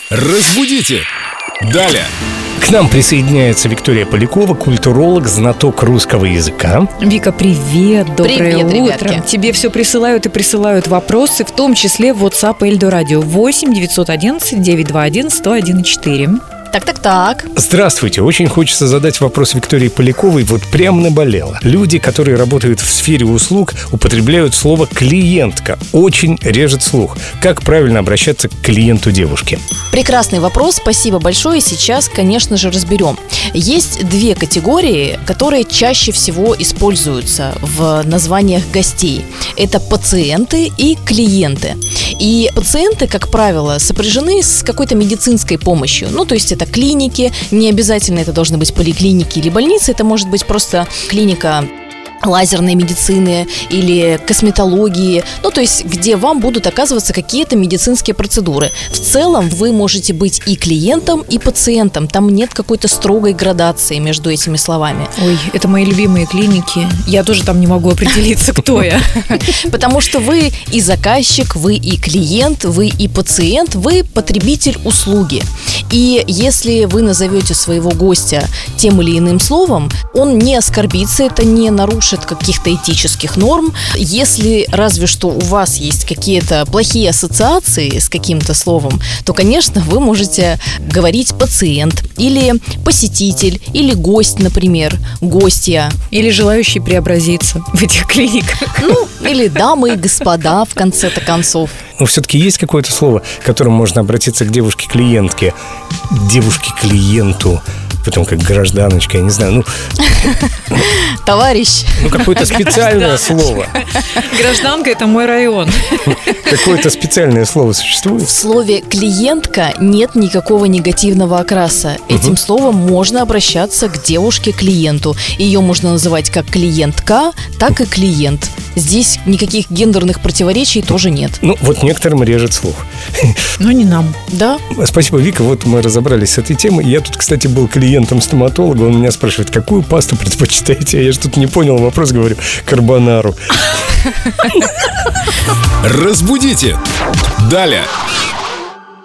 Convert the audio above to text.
Разбудите! Далее! К нам присоединяется Виктория Полякова, культуролог, знаток русского языка. Вика, привет, доброе Привет, утро. ребятки. Тебе все присылают и присылают вопросы, в том числе в WhatsApp Эльдо Радио 8 911 921 101 4. Так. Здравствуйте, очень хочется задать вопрос Виктории Поляковой, вот прям наболело. Люди, которые работают в сфере услуг, употребляют слово «клиентка». Очень режет слух. Как правильно обращаться к клиенту девушки? Прекрасный вопрос, спасибо большое. Сейчас, конечно же, разберем. Есть две категории, которые чаще всего используются в названиях гостей. Это пациенты и клиенты. И пациенты, как правило, сопряжены с какой-то медицинской помощью. Ну, то есть это клиники, не обязательно это должны быть поликлиники или больницы, это может быть просто клиника лазерной медицины или косметологии, ну, то есть, где вам будут оказываться какие-то медицинские процедуры. В целом, вы можете быть и клиентом, и пациентом. Там нет какой-то строгой градации между этими словами. Ой, это мои любимые клиники. Я тоже там не могу определиться, кто я. Потому что вы и заказчик, вы и клиент, вы и пациент, вы потребитель услуги. И если вы назовете своего гостя тем или иным словом, он не оскорбится, это не нарушит каких-то этических норм. Если разве что у вас есть какие-то плохие ассоциации с каким-то словом, то, конечно, вы можете говорить пациент или посетитель, или гость, например, гостья. Или желающий преобразиться в этих клиниках. Ну, или дамы и господа, в конце-то концов. Но все-таки есть какое-то слово, которым можно обратиться к девушке-клиентке, девушке-клиенту, потом как гражданочка, я не знаю, Товарищ. какое-то специальное слово. Гражданка – это мой район. Какое-то специальное слово существует? В слове «клиентка» нет никакого негативного окраса. Этим словом можно обращаться к девушке-клиенту. Ее можно называть как клиентка, так и клиент. Здесь никаких гендерных противоречий тоже нет. Ну, вот некоторым режет слух. Но не нам. Да? Спасибо, Вика, вот мы разобрались с этой темой. Я тут, кстати, был клиентом стоматолога, он меня спрашивает, какую пасту предпочитаете? Я же тут не понял вопрос, говорю, карбонару. Разбудите! Далее!